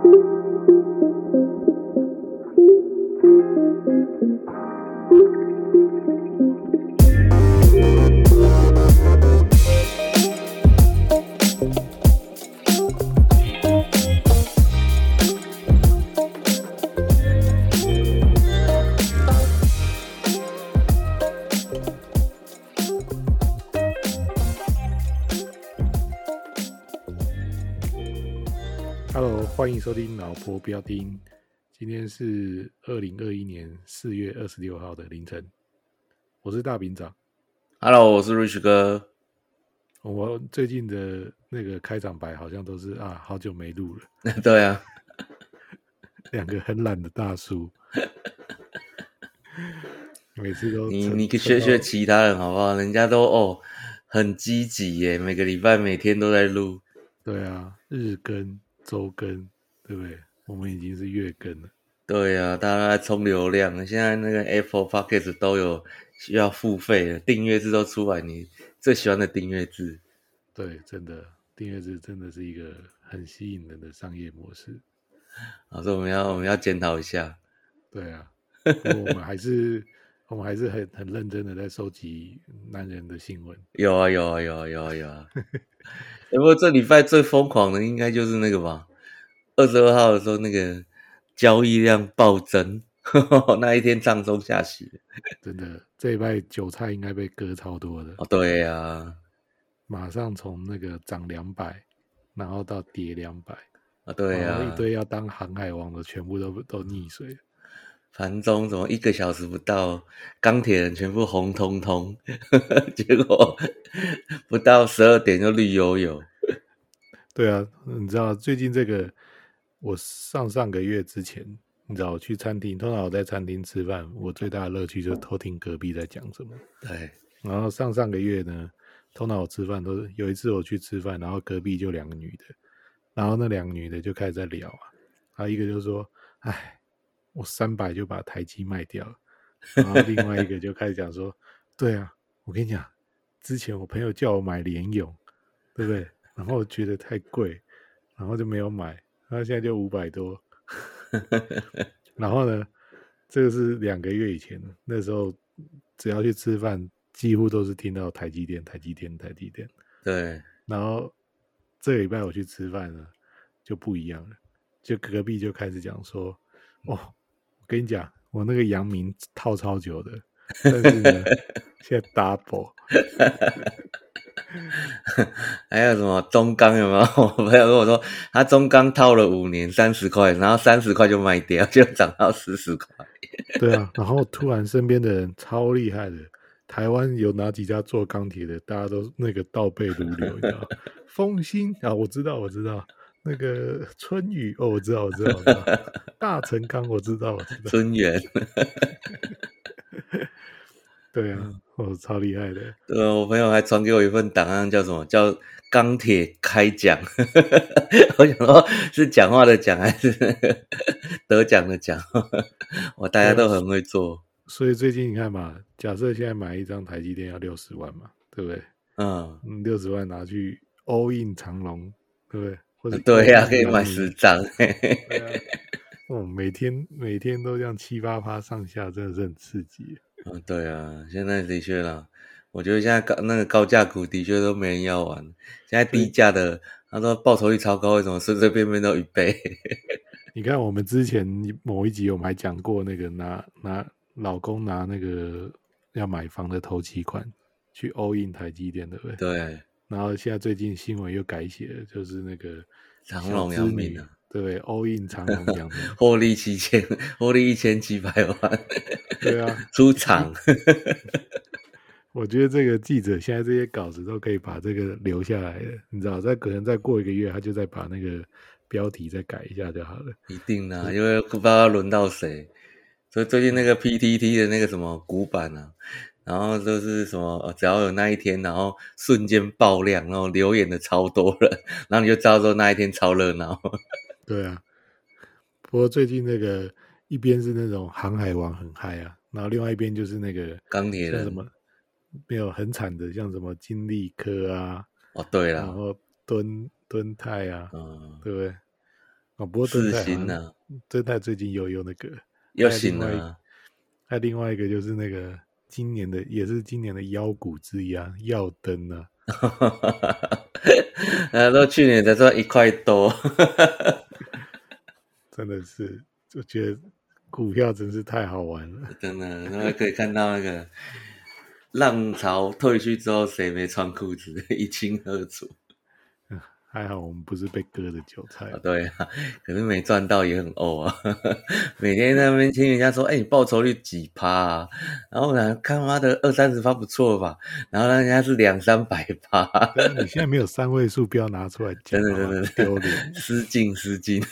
Hello，欢迎收听老婆不要听。今天是2021年4月26号的凌晨，我是大饼长。 Hello， 我是 Rich 哥。 我最近的那个开场白好像都是好久没录了。 对啊， 两个很懒的大叔，每次都你可以学学其他人好不好？人家都很积极耶，每个礼拜每天都在录。 对啊，日更、周更，对不对？我们已经是月更了。 对啊，大家都在冲流量。现在那个 Apple Podcast 都有需要付费的，订阅制都出来，你最喜欢的订阅制。 对，真的订阅制真的是一个很吸引人的商业模式。 所以我们要检讨一下。 对啊，不过我们还是很认真的在收集男人的新闻。 有啊。不过这礼拜最疯狂的应该就是那个吧，22号的时候那个交易量暴增，那一天上中下洗。 真的，这一拜韭菜应该被割超多的。 对啊。 马上从那个涨200，然后到跌200， 对啊， 然后一堆要当航海王的全部都溺水。 盘中怎么1个小时不到，钢铁人全部红彤彤，结果不到12点就绿油油。 对啊，你知道最近这个，我上个月之前，你知道我去餐厅，通常我在餐厅吃饭，我最大的乐趣就是偷听隔壁在讲什么。 对， 然后上个月呢，通常我吃饭都是有一次我去吃饭，然后隔壁就2个女的，然后那2个女的就开始在聊啊，然后一个就说：“哎，我300就把台积卖掉了。”然后另外一个就开始讲说：“对啊，我跟你讲，之前我朋友叫我买联咏，对不对？然后我觉得太贵，然后就没有买，然后现在就500多。然后呢，这个是2个月以前，那时候只要去吃饭，几乎都是听到台积电。 对， 然后这个礼拜我去吃饭呢，就不一样了，就隔壁就开始讲说：“哦，我跟你讲，我那个阳明套超久的，但是呢，现在 double。” 还有什么中钢有没有？我朋友跟我说，他中钢套了5年30块，然后30块就卖掉，就涨到40块。 对啊，然后突然身边的人超厉害的，台湾有哪几家做钢铁的，大家都那个倒背如流，你知道？丰兴啊，我知道，那个春雨哦，我知道，大成钢我知道， 春元。 对啊，超厉害的。 对啊，我朋友还传给我一份档案，叫什么？叫钢铁开讲。我想说，是讲话的讲还是那个得奖的奖？大家都很会做。 所以最近你看嘛，假设现在买一张台积电要60万嘛，对不对？60万拿去 all in 长荣，对不对？或者对呀，可以买10张。 对啊，每天都这样7-8%上下，真的是很刺激。 对啊，现在的确啦，我觉得现在那个高价股的确都没人要玩。现在低价的，他说报酬率超高，为什么随随便便都1倍？ 你看我们之前某一集我们还讲过那个老公拿那个要买房的头期款去 all in 台积电，对不对？ 对。 然后现在最近新闻又改写了，就是那个长荣阳明啊， 对不对 ？all in 长荣阳明， 获利1700万。 对啊， 出场。 我觉得这个记者现在这些稿子都可以把这个留下来了，你知道，可能再过1个月，他就再把那个标题再改一下就好了。 一定啦，因为不知道要轮到谁。所以最近那个 PTT 的那个什么股版啊，然后就是什么只要有那一天，然后瞬间爆量，然后留言的超多人，然后你就知道说那一天超热闹。 对啊，不过最近那个一边是那种航海王很嗨啊，然后另外一边就是那个钢铁人， 像什么没有很惨的，像什么金利科啊， 对啦， 然后敦泰啊，对不对？ 哦，不过四敦泰好像星啊， 敦泰最近有那个， 又还有另外一醒了啊。 还有另外一个就是那个也是今年的妖股之一啊，耀登啊， 都去年才赚1块多。 真的是就觉得股票真是太好玩了。 真的，然后可以看到那个浪潮退去之后，谁没穿裤子一清二楚。 还好我们不是被割的韭菜。 啊，对啊，可是没赚到也很怄啊。每天在那边听人家说，你报酬率几趴啊？然后我想看妈的20-30%不错吧？然后人家是200-300%。 对啊，你现在没有3位数，不要拿出来讲， 真的好吧？ 真的丢脸。 失敬失敬。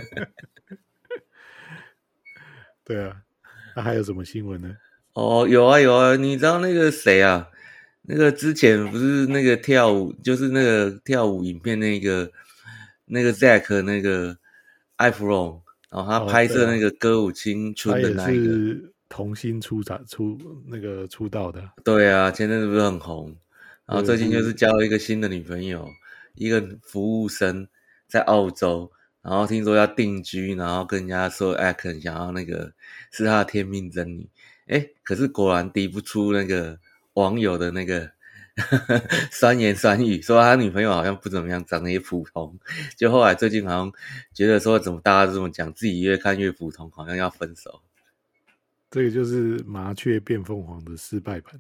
对啊，那还有什么新闻呢？ 哦，有啊有啊，你知道那个谁啊？那个之前不是那个跳舞，就是那个跳舞影片那个 Zack 那个艾弗隆，然后他哦， 拍摄那对啊， 个歌舞青春的他也那一个。 是童星出道的。 对啊，前阵子不是很红，然后这个最近就是是交了一个新的女朋友，一个服务生在澳洲，然后听说要定居，然后跟人家说可能想要那个是他的天命真女。可是果然敌不出那个网友的那个酸言酸语，说他女朋友好像不怎么样，长得也普通。就后来最近好像觉得说怎么大家都这么讲，自己越看越普通，好像要分手。 这个就是麻雀变凤凰的失败版，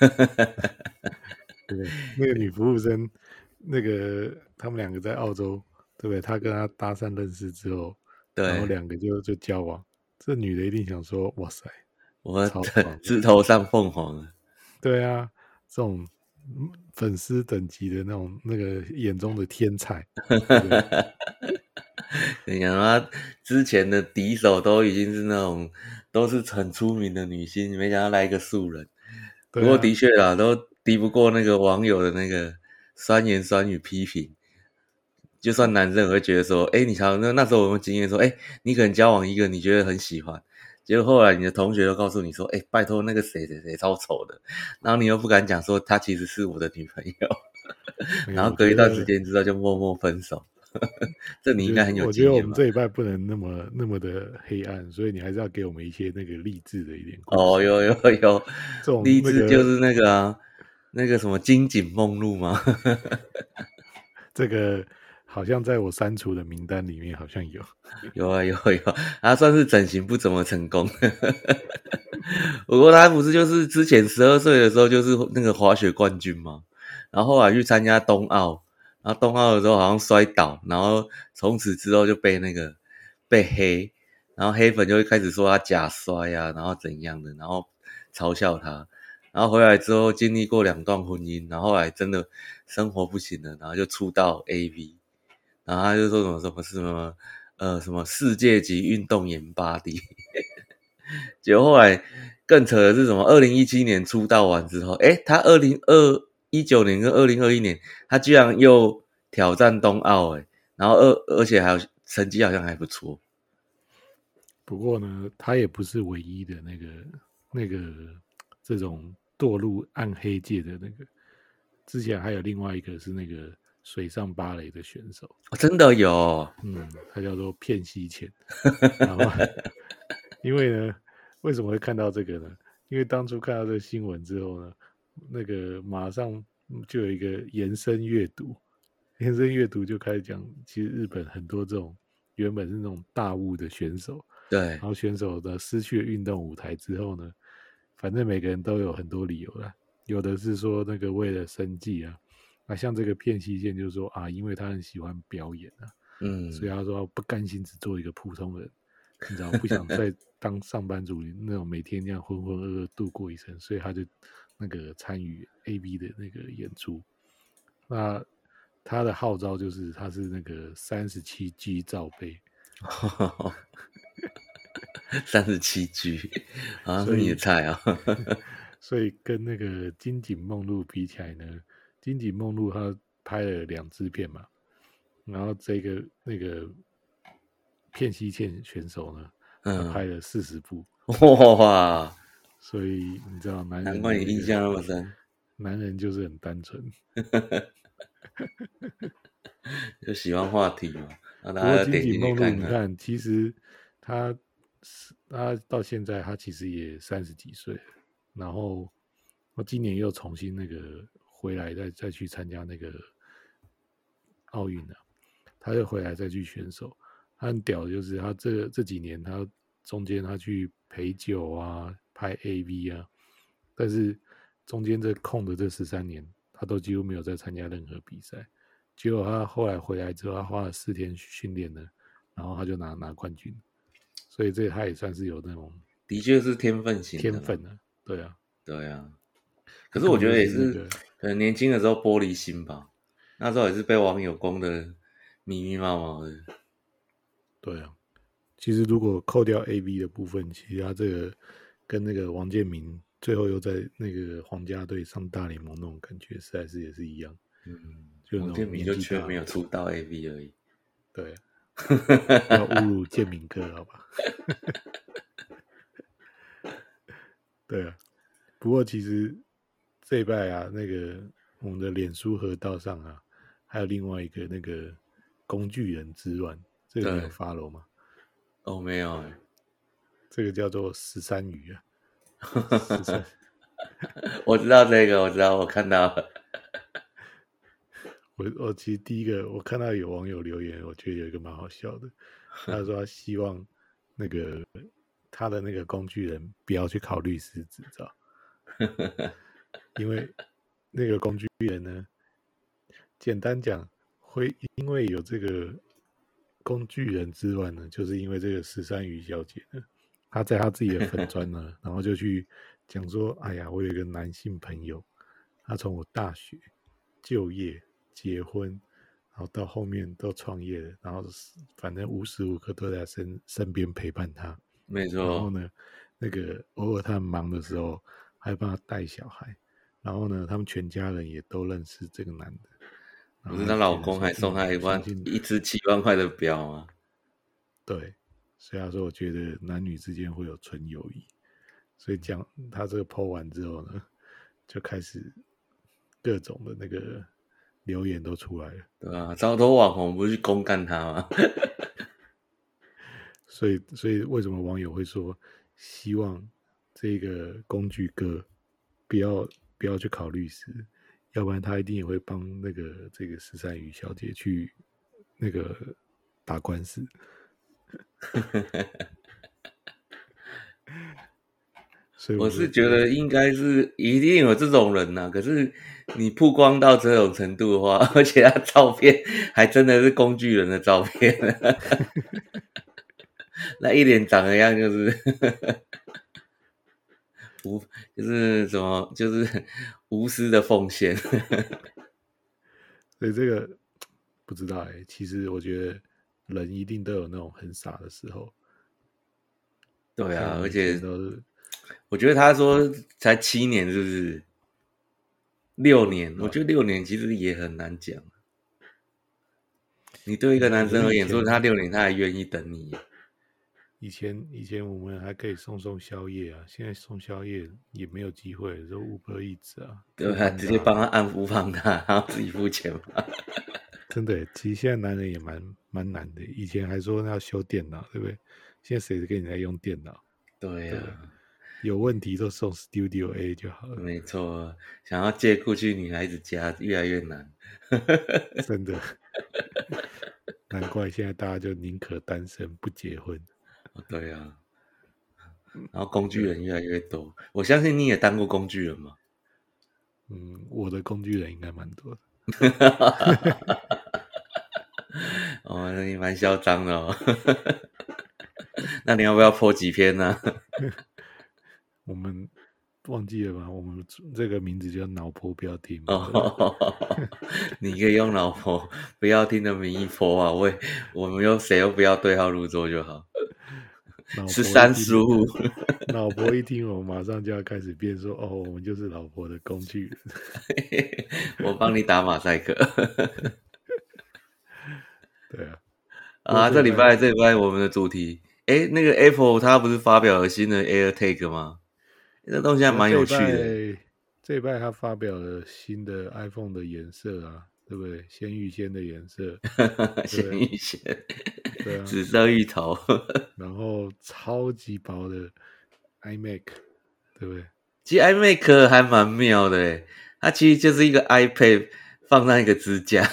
对不对？那个女服务生，那个他们两个在澳洲，对不对？他跟他搭讪认识之后，然后对， 两个就交往。这女的一定想说：“哇塞， 我超爽的！” 枝头上凤凰了。 对啊，这种粉丝等级的那个眼中的天才，对不对？ 你想他之前的敌手都已经是那种都是很出名的女星，没想到来一个素人。不过的对啊， 确啦，都敌不过那个网友的那个酸言酸语批评。就算男生也会觉得说，你瞧，那时候我有没有经验说，你可能交往一个你觉得很喜欢，结果后来你的同学都告诉你说，拜托那个谁谁谁超丑的，然后你又不敢讲说她其实是我的女朋友， 没有， 然后隔一段时间之后就默默分手。这你应该很有我觉得我经验吧？ 们这一拜不能那么的黑暗，所以你还是要给我们一些那个励志的一点故哦， 事。 有， 这种励那个志就是那个啊，那个什么金井梦露吗？ 这个好像在我删除的名单里面好像有。 有啊，他算是整形不怎么成功。不过他不是就是之前12岁的时候就是那个滑雪冠军嘛，然后后来去参加冬奥，然后冬奥的时候好像摔倒，然后从此之后就被黑，然后黑粉就会开始说他假摔啊，然后怎样的，然后嘲笑他，然后回来之后经历过2段婚姻，然后后来真的生活不行了，然后就出道 AV，然后他就说什么世界级运动员巴迪。结果后来更扯的是什么？2017年出道完之后，他2019年跟2021年，他居然又挑战冬奥，然后而且还有成绩好像还不错。 不过呢，他也不是唯一的那个这种堕入暗黑界的那个，之前还有另外一个是那个水上芭蕾的选手， 真的有。 他叫做片西茜。然后因为呢，为什么会看到这个呢？因为当初看到这个新闻之后呢，那个马上就有一个延伸阅读，延伸阅读就开始讲，其实日本很多这种原本是那种大物的选手， 对， 然后选手呢失去了运动舞台之后呢，反正每个人都有很多理由啦，有的是说那个为了生计啊，像这个片西线就是说因为他很喜欢表演啊，所以他说不甘心只做一个普通人，你知道不想再当上班族那种每天这样浑浑噩噩度过一生，所以他就那个参与 AV 的那个演出。那他的号召就是他是那个37G 罩杯， 37G，好像是你的所以菜啊。 所以跟那个金井梦露比起来呢，金井梦露她拍了2支片嘛，然后那个片西茜选手呢，他拍了40部， 哇， 所以你知道男难人的那个怪你印象那么深。 男人就是很单纯。 就喜欢话题嘛， 然后不过金大家就点进去井梦露， 看看。 你看，其实他到现在他其实也30几岁了，然后我今年又重新那个回来再去参加那个奥运了，他又回来再去选手。他很屌的就是他这几年他中间他去陪酒啊，拍 AV 啊，但是中间这空的这13年，他都几乎没有再参加任何比赛。结果他后来回来之后，他花了4天训练呢，然后他就拿冠军。所以这他也算是有那种的确是天分型的啦。 天分的，对啊， 对啊。可是我觉得也是，可能年轻的时候玻璃心吧，那时候也是被网友攻的密密麻麻的。 对啊，其实如果扣掉 AV 的部分，其实他这个跟那个王建民最后又在那个皇家队上大联盟那种感觉，实在是也是一样。就王建民就缺没有出道 AV 而已。 对，不要侮辱建民哥，好吧？对啊，不过其实这一拜啊，那个我们的脸书河道上啊，还有另外一个那个工具人之乱，这个你有 follow 吗？ 哦，没有欸。 这个叫做13鱼啊。 我知道这个，我知道，我看到了。 我其实第一个我看到有网友留言，我觉得有一个蛮好笑的，他说他希望那个他的那个工具人不要去考律师执照，因为那个工具人呢，简单讲会因为有这个工具人之乱呢，就是因为这个13鱼小姐呢，她在她自己的粉专呢，然后就去讲说，哎呀，我有一个男性朋友，他从我大学就业结婚，然后到后面都创业了，然后反正无时无刻都在身边陪伴他。 没错。 然后呢，那个偶尔他很忙的时候，还帮他带小孩。然后呢，他们全家人也都认识这个男的。 不是她老公还送她一支7万块的表吗？ 对，所以他说我觉得男女之间会有纯友谊。所以讲他这个 po 完之后呢，就开始各种的那个留言都出来了。 对啊，超多网红不是去公干他吗？ 所以为什么网友会说希望这个工具哥不要去考律师，要不然他一定也会帮这个13鱼小姐去那个打官司。所以我是觉得应该是一定有这种人可是你曝光到这种程度的话，而且他照片还真的是工具人的照片，那一脸长的样就是就是什么，就是无私的奉献。 所以这个不知道其实我觉得人一定都有那种很傻的时候。 对啊，而且都是我觉得他说才7年，是不是？6年，我觉得6年其实也很难讲。你对一个男生而言，说他6年他还愿意等你。 以前我们还可以送宵夜啊，现在送宵夜也没有机会，就Uber Eats啊， 对啊，直接帮他按扶帮他，然后自己付钱嘛。 真的，其实现在男人也蛮难的。以前还说要修电脑，对不对？现在谁跟你在用电脑？ 对啊， 有问题都送 Studio A 就好了。 没错，想要借故去女孩子家越来越难。 真的，难怪现在大家就宁可单身不结婚。 对啊，然后工具人越来越多。我相信你也当过工具人嘛。 我的工具人应该蛮多的。 哦，那你蛮嚣张的哦。那你要不要po几篇呢？ 我们忘记了吧？我们这个名字叫脑婆不要听。 你可以用老婆不要听的名义po啊，我们又谁又不要对号入座就好。13、15， 老婆一听，我马上就要开始变说，哦，我们就是老婆的工具人。 我帮你打马赛克。 对啊， 这礼拜我们的主题，那个 Apple 它不是发表了新的 AirTag 吗？这东西还蛮有趣的。 这一拜他发表了新的 iPhone 的颜色啊， 对不对？鲜芋仙的颜色， 鲜对芋仙， 对啊， 紫色芋头。 然后超级薄的 iMac，对不对？ 其实 iMac 还蛮妙的诶，它其实就是一个 iPad 放上一个支架。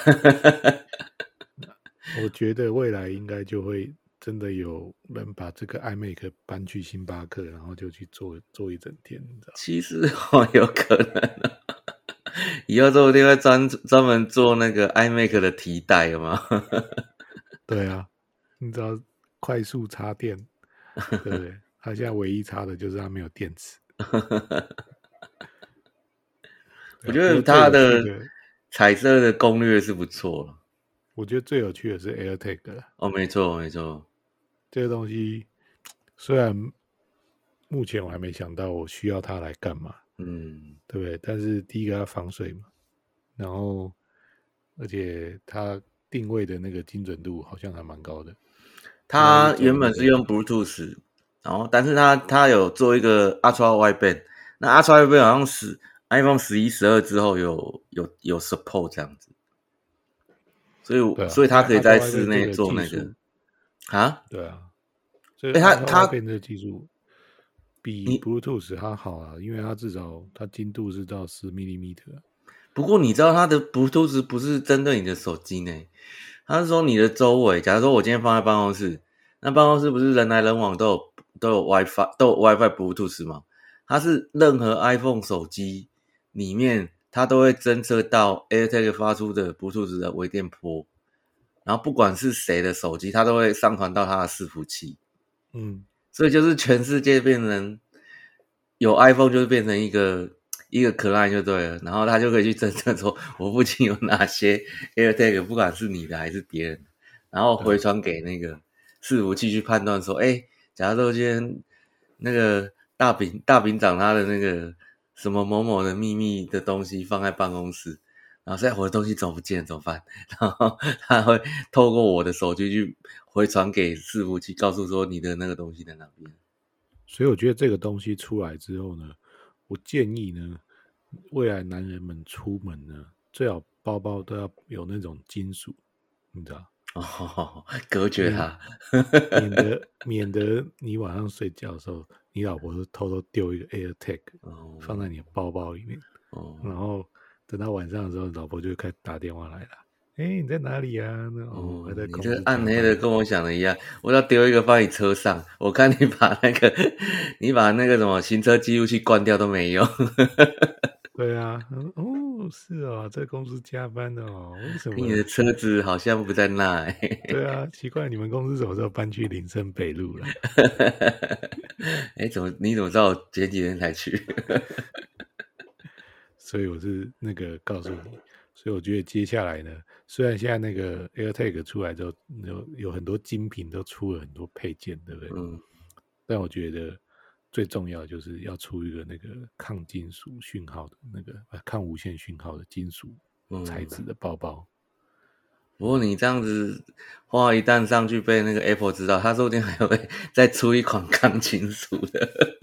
我觉得未来应该就会真的有人把这个 iMac 搬去星巴克，然后就去做一整天，你知道？ 其实有可能啊，以后说不定会专门做那个 iMac 的提袋，有吗？ 对啊，你知道快速插电，对不对？它现在唯一插的就是它没有电池。对啊， 我觉得不过最有趣它的的， 彩色的攻略是不错了。 我觉得最有趣的是 AirTag 了。 哦，没错没错。 这个东西，虽然目前我还没想到我需要它来干嘛， 嗯， 对不对？但是第一个它防水嘛，然后而且它定位的那个精准度好像还蛮高的，因为它是它原走那个本是用 Bluetooth，然后但是它有做一个 Ultra Wideband，那 Ultra Wideband 好像是 iPhone 11、12之后有 support 这样子， 对啊， 所以它现在可以在 Ultra 室 Wideband 这内个做那个技术， 啊。 对啊，所以诶， Ultra Wideband 这个技术比你 Bluetooth 它好啊，因为它至少它精度是到10mm， 不过你知道它的 Bluetooth 不是针对你的手机呢，它是说你的周围。假如说我今天放在办公室，那办公室不是人来人往都有 WiFi Bluetooth 吗？它是任何 iPhone 手机里面，它都会侦测到 AirTag 发出的 Bluetooth 的微电波，然后不管是谁的手机，它都会上传到它的伺服器。 嗯， 所以就是全世界变成有 iPhone 就是变成一个 client 就对了，然后他就可以去侦测说我附近有哪些 AirTag，不管是你的还是别人的，然后对啊， 回传给那个伺服器去判断说，假如说今天那个大饼长他的那个什么某某的秘密的东西放在办公室，然后现在我的东西怎么不见怎么办？然后他会透过我的手机去回传给伺服器，告诉说你的那个东西在哪边。 所以我觉得这个东西出来之后呢，我建议呢，未来男人们出门呢，最好包包都要有那种金属，你知道， 哦，隔绝免它。 免得你晚上睡觉的时候，你老婆就偷偷丢一个 AirTag 放在哦你的包包里面，然哦后等到晚上的时候，老婆就会开始打电话来了。哎，你在哪里啊？那我还在你这公司暗黑的加班。 跟我想的一样，我要丢一个放你车上，我看你把那个什么行车记录器关掉都没用。 对啊，哦，是哦，在公司加班哦，为什么？ 你的车子好像不在那。 对啊，奇怪，你们公司什么时候搬去林森北路了？ 你怎么知道我前几天才去？ 所以我是那个告诉你，所以我觉得接下来呢，虽然现在那个 AirTag 出来之后，有很多精品都出了很多配件，对不对？ 嗯但我觉得最重要就是要出一个那个抗金属讯号的那个抗无线讯号的金属材质嗯。 的包包。 不过你这样子话一旦上去被那个 Apple 知道，他说不定还会再出一款钢琴属的。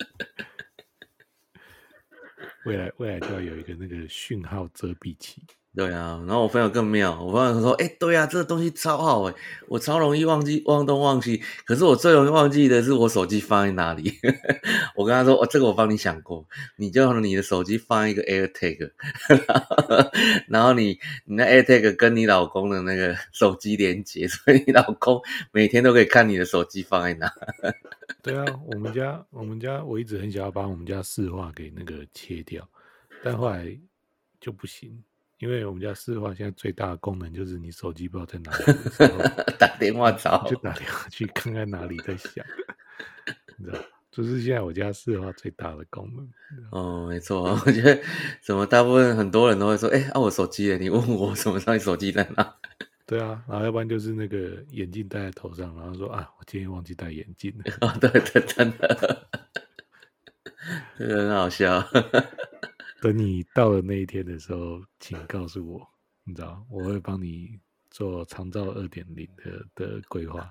未来就要有一个那个讯号遮蔽器。 对啊，然后我朋友更妙，我朋友说：对啊，这个东西超好我超容易忘东忘西，可是我最容易忘记的是我手机放在哪里。我跟他说：这个我帮你想过，你就用你的手机放一个 AirTag，然后你那 AirTag 跟你老公的那个手机连接，所以你老公每天都可以看你的手机放在哪。 对啊，我们家我一直很想要把我们家市话给那个切掉，但后来就不行，因为我们家市话现在最大的功能就是你手机不知道在哪里的时候， 打电话你就找。 打电话去看看哪里在响，你知道，这是现在我家市话最大的功能。 哦，没错，我觉得怎么大部分很多人都会说，我手机耶，你问我什么时候你手机在哪？ 对啊，然后要不然就是那个眼镜戴在头上，然后说我今天忘记戴眼镜了。 哦，对对，真的，这个很好笑。 等你到了那一天的时候，请告诉我，你知道，我会帮你做长照2.0的规划。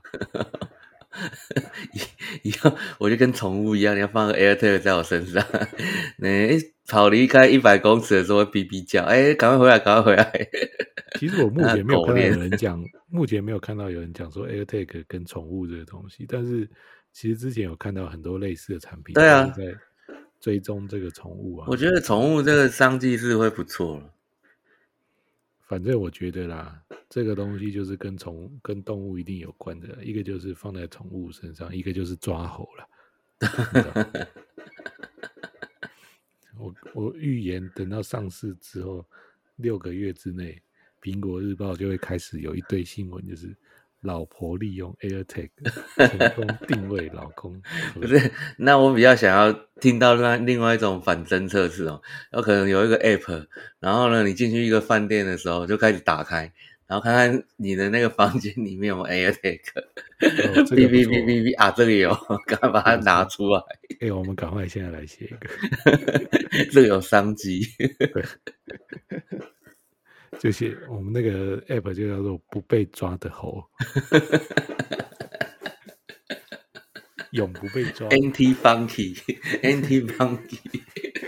以后我就跟宠物一样，你要放个 AirTag 在我身上。 跑离开100公尺的时候会哔哔叫，哎，赶快回来，赶快回来。 其实我目前没有看到狗链有人讲，目前没有看到有人讲说 AirTag 跟宠物这个东西，但是其实之前有看到很多类似的产品， 对啊， 都是在追踪这个宠物啊。 我觉得宠物这个商机是会不错了。 反正我觉得啦，这个东西就是跟跟动物一定有关的，一个就是放在宠物身上，一个就是抓猴了。我预言等到上市之后6个月之内，苹果日报就会开始有一堆新闻，就是老婆利用 AirTag 成功定位老公。 不是，那我比较想要听到另外一种反侦测试哦，有可能有一个 app，然后呢，你进去一个饭店的时候就开始打开，然后看看你的那个房间里面有没有 AirTag， 这哔哔个不错哦， 哔哔哔啊，这个有，赶快把它拿出来。 我们赶快现在来写一个， 这个有商机。 对，就写我们那个 app 就叫做不被抓的猴，永不被抓。 Anti Funky，Anti Funky。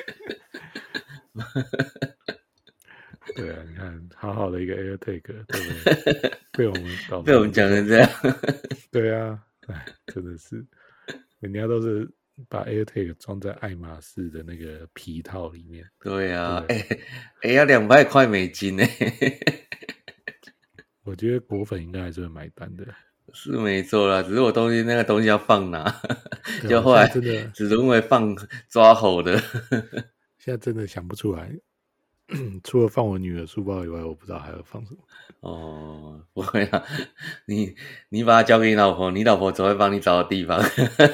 对啊，你看，好好的一个 AirTag，对不对？被我们搞被我们讲成这样。 对啊，哎，真的是，人家都是把 AirTag 装在爱马仕的那个皮套里面。 对啊， 对要$200呢。 我觉得果粉应该还是会买单的。 是没错啦，只是我那个东西要放哪， 对啊， 就后来现在真的， 只沦为放抓猴的。 现在真的想不出来，除了放我女儿书包以外，我不知道还要放什么。 哦，不会啊，你把它交给你老婆，你老婆总会帮你找到地方。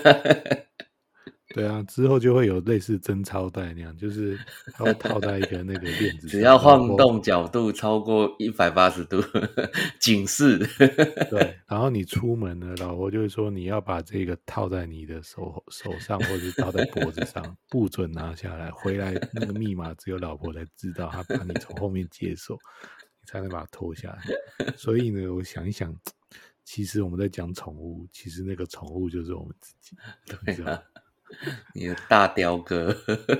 对啊，之后就会有类似真钞带那样，就是它会套在一个那个链子上， 只要老婆晃动角度超过180度，警示。 对，然后你出门呢，老婆就会说你要把这个套在你的手上，或者是套在脖子上，不准拿下来。回来那个密码只有老婆才知道，她把你从后面解锁，你才能把它脱下来。所以呢，我想一想，其实我们在讲宠物，其实那个宠物就是我们自己，你知道吗？ 你的大雕哥。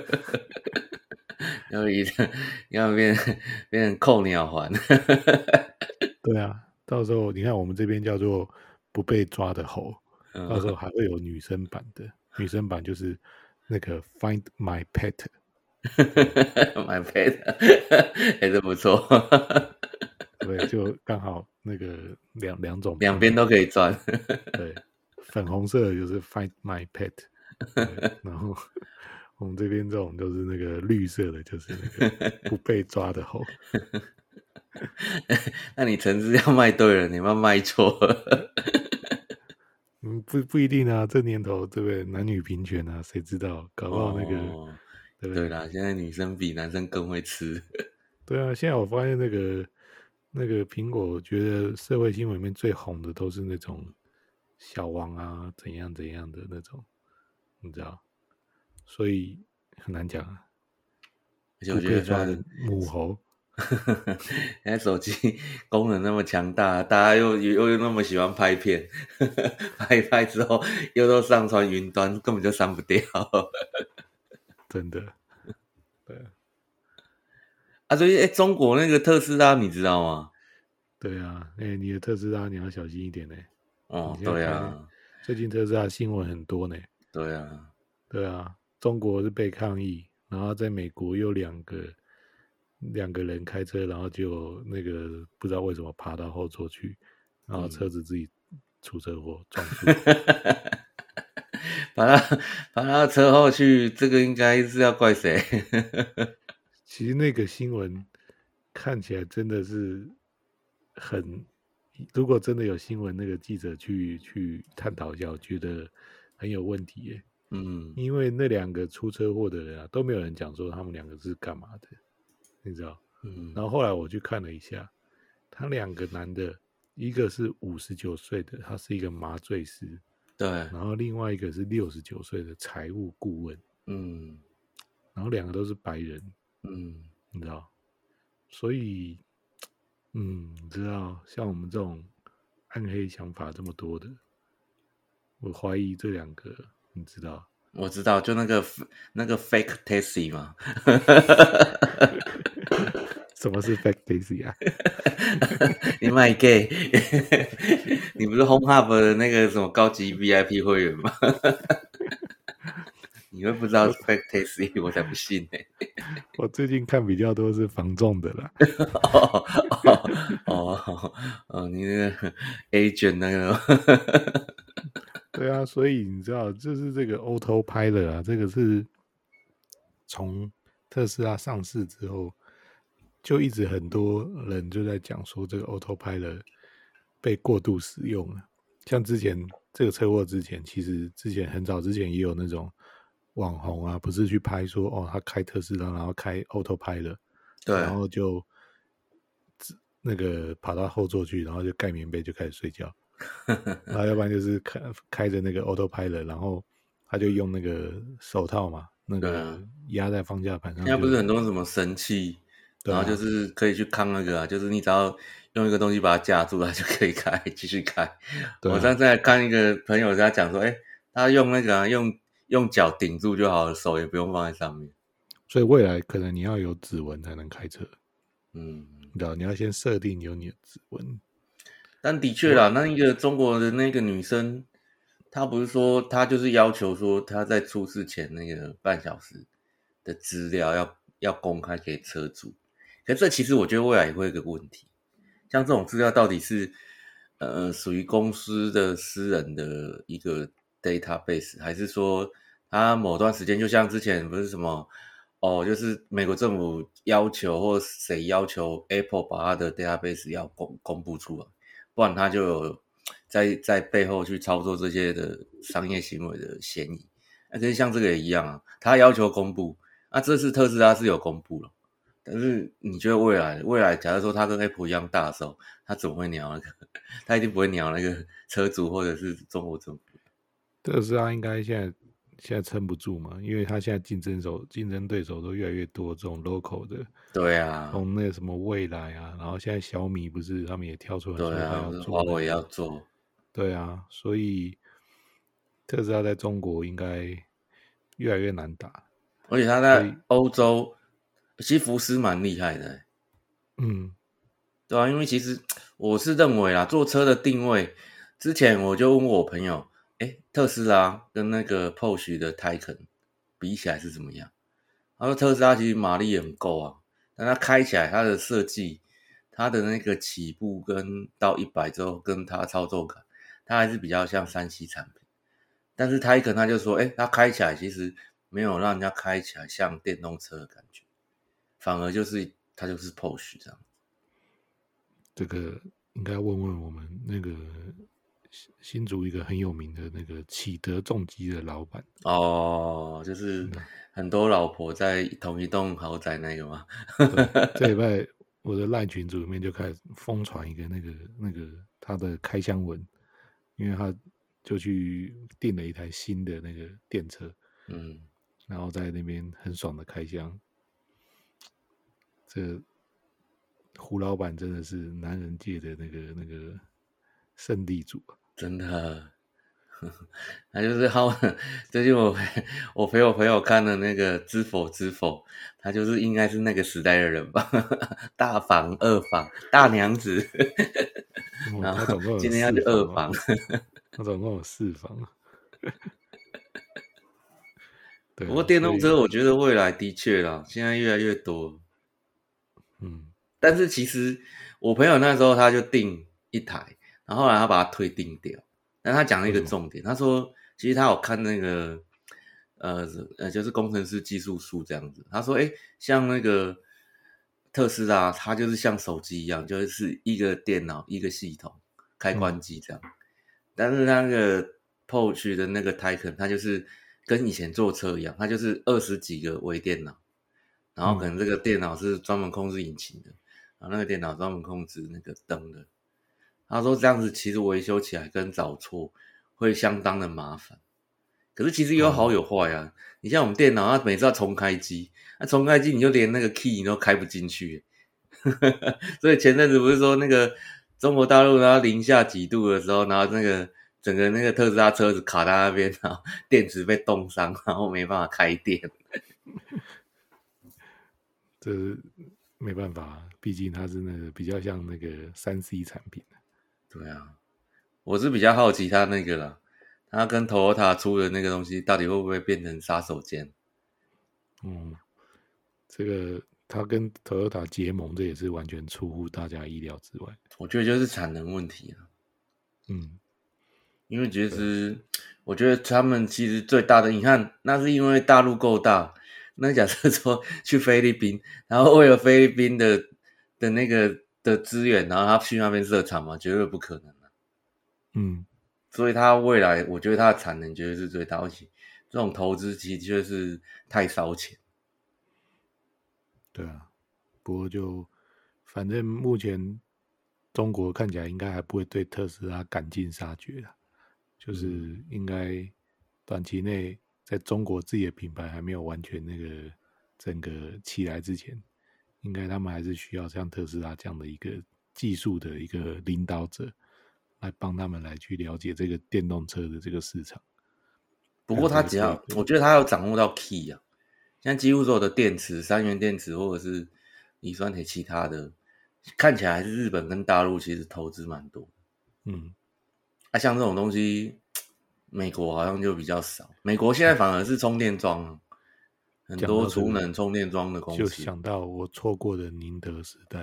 要变成扣鸟环。 对啊，到时候你看我们这边叫做不被抓的猴，到时候还会有女生版的，女生版就是那个 Find My Pet。 买配的，还是不错。 对，就刚好那个两种两边都可以赚。 对，粉红色的就是 Find My Pet，对，然后我们这边这种就是那个绿色的，就是那个不被抓的猴。 那你城市要卖对了，你要卖错了。 不一定啊，这年头对不对？男女平权啊，谁知道？搞不好那个，对不对？ 对啦，现在女生比男生更会吃。 对啊，现在我发现那个苹果，我觉得社会新闻里面最红的都是那种小王啊，怎样怎样的那种，你知道？所以很难讲啊。 而且不我觉得现被抓的母猴， 在手机功能那么强大，大家又那么喜欢拍片，拍一拍之后又都上传云端，根本就删不掉。 真的，对啊，所以中国那个特斯拉你知道吗？ 对啊，你的特斯拉你要小心一点呢。你哦， 现在开， 对啊， 最近特斯拉新闻很多呢。 对啊， 对啊，中国是被抗议，然后在美国有两个人开车，然后就那个不知道为什么爬到后座去，然后车子自己出车祸撞树。 把他车后去，这个应该是要怪谁？ 其实那个新闻看起来真的是很，如果真的有新闻，那个记者去探讨一下，我觉得很有问题耶。 嗯因为那两个出车祸的人啊，都没有人讲说他们两个是干嘛的，你知道？然后后来我去看了一下，他两个男的，一个是59岁的，他是一个麻醉师， 对， 然后另外一个是69岁的财务顾问， 嗯然后两个都是白人， 嗯， 你知道？所以，你知道，像我们这种暗黑想法这么多的，我怀疑这两个，你知道， 我知道，就那个 fake taxi 嘛。 什么是 fake taxi 啊？ 你卖 gay，你不是 Home Hub 的那个什么高级 VIP 会员吗？你会不知道我是 fake taxi，我才不信呢、 我最近看比较多是房仲的啦。 哦你那个 agent 那个， 对啊，所以你知道，就是这个 Autopilot 啊，这个是从特斯拉上市之后，就一直很多人就在讲说，这个 Autopilot 被过度使用了。像之前这个车祸之前，其实之前很早之前也有那种网红啊，不是去拍说哦，他开特斯拉，然后开 Autopilot，然对， 后就那个跑到后座去，然后就盖棉被就开始睡觉。然后要不然就是开着那个 autopilot，然后他就用那个手套嘛，那个对啊。 压在方向盘现在不上就， 是很多什么神器，然后就对啊， 是可以去抗那个啊，就是你只要用一个东西把它架住，它就可以开，继续开。 对啊， 我上次还看一个朋友在讲说，他用那个啊，用脚顶住就好了，手也不用放在上面。 所以未来可能你要有指纹才能开车， 嗯， 你知道，你要先设定有你的指纹。 但的确我啦，那一个中国的那个女生，她不是说她就是要求说她在出事前那个半小时的资料要公开给车主，可是这其实我觉得未来也会有一个问题。像这种资料到底是属于公司的私人的一个 database，还是说它某段时间就像之前不是什么哦，就是美国政府要求或谁要求 Apple 把它的 database 要公布出来，不然它就有在背后去操作这些的商业行为的嫌疑。那跟像这个也一样啊，他要求公布，那这次特斯拉是有公布了。但是你觉得未来，假如说他跟 Apple 一样大的时候，他怎么会鸟那个？他一定不会鸟那个车主或者是中国政府。 特斯拉应该现在撑不住嘛，因为他现在竞争对手都越来越多，这种 local 的， 对啊， 从那个什么蔚来啊，然后现在小米不是他们也跳出来说他对啊， 要华为也要做那个， 做。 对啊，所以特斯拉在中国应该越来越难打， 而且他在所以欧洲，其实福斯蛮厉害的嗯对啊，因为其实我是认为啦，做车的定位，之前我就问过我朋友，特斯拉跟那个 Porsche 的 Taycan 比起来是怎么样？他说特斯拉其实马力也很够啊，但它开起来它的设计，它的那个起步跟到100之后，跟它操作感，它还是比较像3C 产品。但是 Taycan 他就说，它开起来其实没有让人家开起来像电动车的感觉，反而就是它就是 Porsche 这样。 这个应该问问我们那个新竹一个很有名的那个启德重机的老板， 哦，就是那很多老婆在同一栋豪宅那个吗？ 对，这礼拜我的赖群组里面就开始疯传一个那个他的开箱文，因为他就去订了一台新的那个电车， 嗯， 然后在那边很爽的开箱。这胡老板真的是男人界的那个胜利组啊！ 真的。他就是好，最近我陪我朋友看的那个《知否知否》，他就是应该是那个时代的人吧，大房二房大娘子， 哦， 然后他总共有今天要去四房哦， 二房。 他总共有四房，对啊， 不过电所以动车我觉得未来的确啦，现在越来越多， 嗯但是其实我朋友那时候他就订一台，然后后来他把它退订掉。但他讲了一为什么？ 个重点，他说其实他有看那个就是工程师技术书这样子。他说，像那个特斯拉，它就是像手机一样，就是一个电脑一个系统开关机这样。但是那个 Porsche 的那个 Taycan，它就是跟以前坐车一样，它就是20几个微电脑，然后可能这个电脑是专门控制引擎的，然后那个电脑专门控制那个灯的。他说这样子其实维修起来跟找错会相当的麻烦，可是其实有好哦， 有坏啊。你像我们电脑，它每次要重开机，那重开机你就连那个 key 你都开不进去，所以前阵子不是说那个中国大陆然后零下几度的时候，然后那个整个那个特斯拉车子卡在那边，然后电池被冻伤，然后没办法开电。 这没办法，毕竟它是那个比较像那个3C 产品。 对啊，我是比较好奇它那个啦，它跟 Toyota 出的那个东西到底会不会变成杀手锏？ 这个它跟 Toyota 结盟，这也是完全出乎大家意料之外。 我觉得就是产能问题了。因为其实我觉得他们其实最大的，你看，那是因为大陆够大。那假设说去菲律宾，然后为了菲律宾的那个的资源，然后他去那边设厂嘛，绝对不可能所以他未来，我觉得他的产能绝对是最大，而且这种投资其实就是太烧钱。 对啊，不过就反正目前中国看起来应该还不会对特斯拉赶尽杀绝啦，就是应该短期内在中国自己的品牌还没有完全那个整个起来之前，应该他们还是需要像特斯拉这样的一个技术的一个领导者来帮他们来去了解这个电动车的这个市场。 不过他只要，我觉得他要掌握到 key 啊，现在几乎所有的电池、3元电池或者是锂酸铁其他的，看起来还是日本跟大陆其实投资蛮多。像这种东西，美国好像就比较少。美国现在反而是充电桩，很多储能充电桩的公司。 就想到我错过的宁德时代。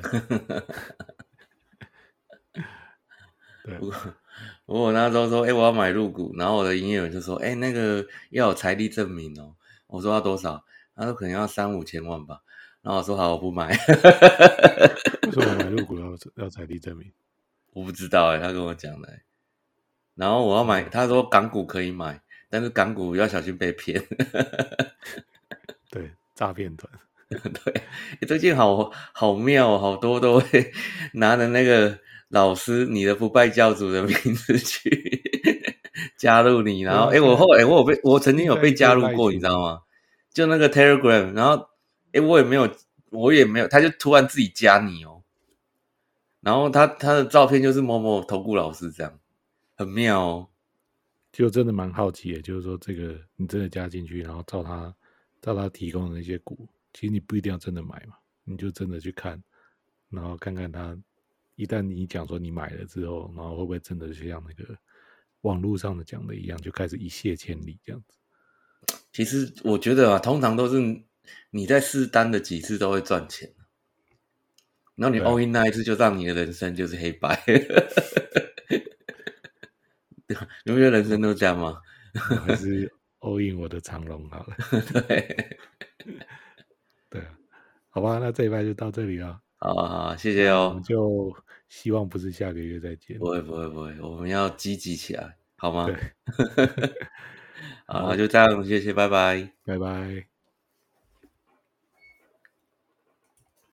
对， 我那时候说，我要买入股，然后我的营业员就说，那个要有财力证明哦。我说要多少？他说可能要3-5千万吧。然后我说好，我不买。 为什么买入股要财力证明？ 我不知道他跟我讲的。然后我要买，他说港股可以买，但是港股要小心被骗。 对，诈骗团。 对，最近好妙哦，好多都会拿着那个老师你的不败教主的名字去加入你，然后我后来我曾经有被加入过，你知道吗？就那个 Telegram， 然后我也没有，他就突然自己加你哦，然后他的照片就是某某投顾老师这样，很妙哦。 就真的蛮好奇的，就是说这个你真的加进去，然后照他提供的那些股，其实你不一定要真的买嘛，你就真的去看，然后看看他一旦你讲说你买了之后，然后会不会真的就像那个网络上的讲的一样，就开始一泻千里这样子。 其实我觉得通常都是你在试单的几次都会赚钱，然后你 all in 那一次就让你的人生就是黑白。你不觉得人生都这样吗？ 还是 all in 我的长龙好了。 对， 对啊，好吧，那这一拜就到这里了。 好，谢谢哦。 我们就希望不是下个月再见。 不会，我们要积极起来，好吗？ 对。 好，就这样，谢谢，拜拜。 拜拜。